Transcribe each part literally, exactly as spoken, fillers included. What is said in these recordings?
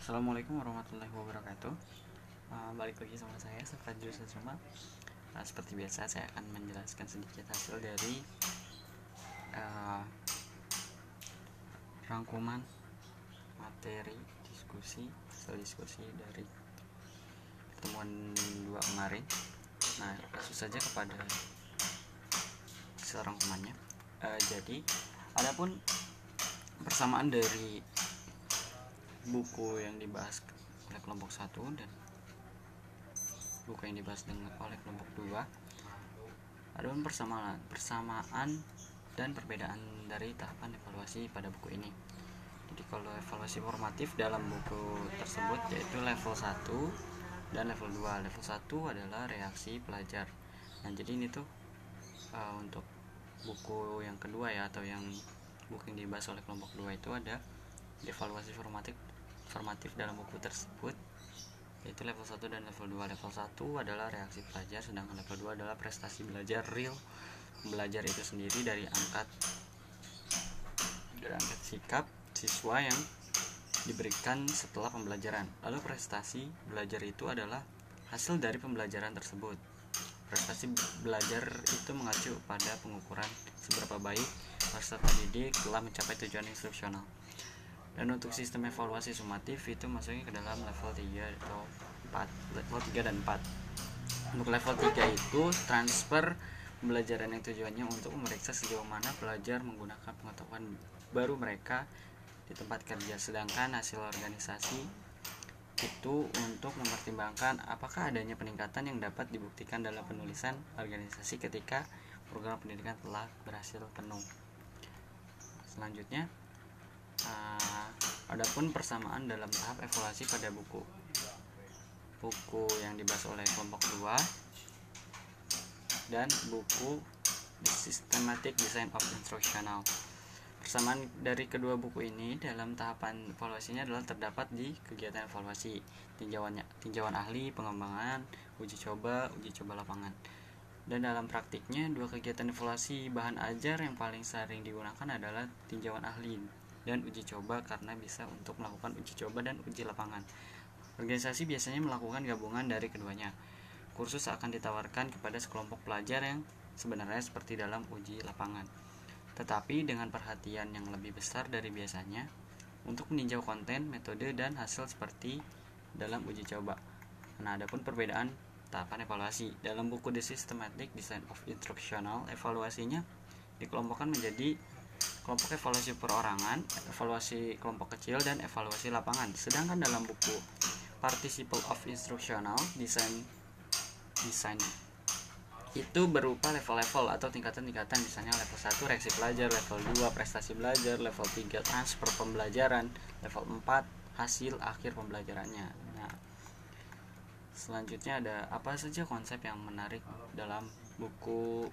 Assalamualaikum warahmatullahi wabarakatuh. Uh, balik lagi sama saya Safadjur Sasuma. Uh, seperti biasa saya akan menjelaskan sedikit hasil dari uh, rangkuman materi diskusi hasil diskusi dari pertemuan dua kemarin. Nah, langsung saja kepada hasil rangkumannya. Uh, jadi, adapun persamaan dari buku yang dibahas oleh kelompok satu dan buku yang dibahas dengan oleh kelompok dua, ada persamaan persamaan dan perbedaan dari tahapan evaluasi pada buku ini. Jadi kalau evaluasi formatif dalam buku tersebut yaitu level satu dan level dua. Level satu adalah reaksi pelajar. Nah, jadi ini tuh uh, untuk buku yang kedua ya, atau yang buku yang dibahas oleh kelompok dua itu ada evaluasi formatif formatif dalam buku tersebut yaitu level satu dan level dua. Level satu adalah reaksi pelajar, sedangkan level dua adalah prestasi belajar real belajar itu sendiri dari angkat dari angkat sikap siswa yang diberikan setelah pembelajaran. Lalu prestasi belajar itu adalah hasil dari pembelajaran tersebut. Prestasi belajar itu mengacu pada pengukuran seberapa baik peserta didik telah mencapai tujuan instruksional. Dan untuk sistem evaluasi sumatif itu masuknya ke dalam level tiga atau empat, level tiga dan empat. Untuk level tiga itu transfer pembelajaran yang tujuannya untuk memeriksa sejauh mana pelajar menggunakan pengetahuan baru mereka di tempat kerja, sedangkan hasil organisasi itu untuk mempertimbangkan apakah adanya peningkatan yang dapat dibuktikan dalam penulisan organisasi ketika program pendidikan telah berhasil penuh. Selanjutnya, Uh, adapun persamaan dalam tahap evaluasi pada buku buku yang dibahas oleh kelompok dua dan buku Systematic Design of Instructional. Persamaan dari kedua buku ini dalam tahapan evaluasinya adalah terdapat di kegiatan evaluasi, tinjauannya, tinjauan ahli, pengembangan, uji coba, uji coba lapangan. Dan dalam praktiknya, dua kegiatan evaluasi bahan ajar yang paling sering digunakan adalah tinjauan ahli dan uji coba karena bisa untuk melakukan uji coba dan uji lapangan. Organisasi biasanya melakukan gabungan dari keduanya. Kursus akan ditawarkan kepada sekelompok pelajar yang sebenarnya seperti dalam uji lapangan, tetapi dengan perhatian yang lebih besar dari biasanya untuk meninjau konten, metode, dan hasil seperti dalam uji coba. Nah, adapun perbedaan tahapan evaluasi dalam buku The Systematic Design of Instructional, evaluasinya dikelompokkan menjadi kelompok evaluasi perorangan, evaluasi kelompok kecil, dan evaluasi lapangan. Sedangkan dalam buku Participle of Instructional Design Design itu berupa level-level atau tingkatan-tingkatan, misalnya level satu reaksi pelajar, level dua prestasi belajar, level tiga transfer pembelajaran, level empat hasil akhir pembelajarannya. Nah, selanjutnya ada apa saja konsep yang menarik dalam buku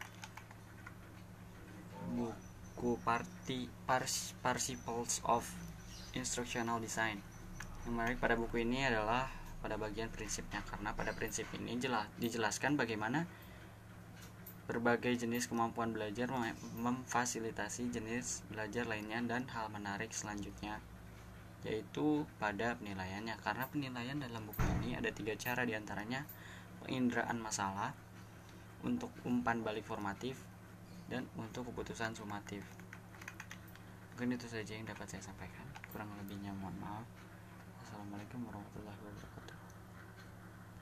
buku buku Parti, Pars, Participles of Instructional Design. Yang menarik pada buku ini adalah pada bagian prinsipnya, karena pada prinsip ini jelas dijelaskan bagaimana berbagai jenis kemampuan belajar memfasilitasi jenis belajar lainnya, dan hal menarik selanjutnya yaitu pada penilaiannya, karena penilaian dalam buku ini ada tiga cara, diantaranya penginderaan masalah, untuk umpan balik formatif, dan untuk keputusan sumatif. Mungkin itu saja yang dapat saya sampaikan, kurang lebihnya mohon maaf. Assalamualaikum warahmatullahi wabarakatuh.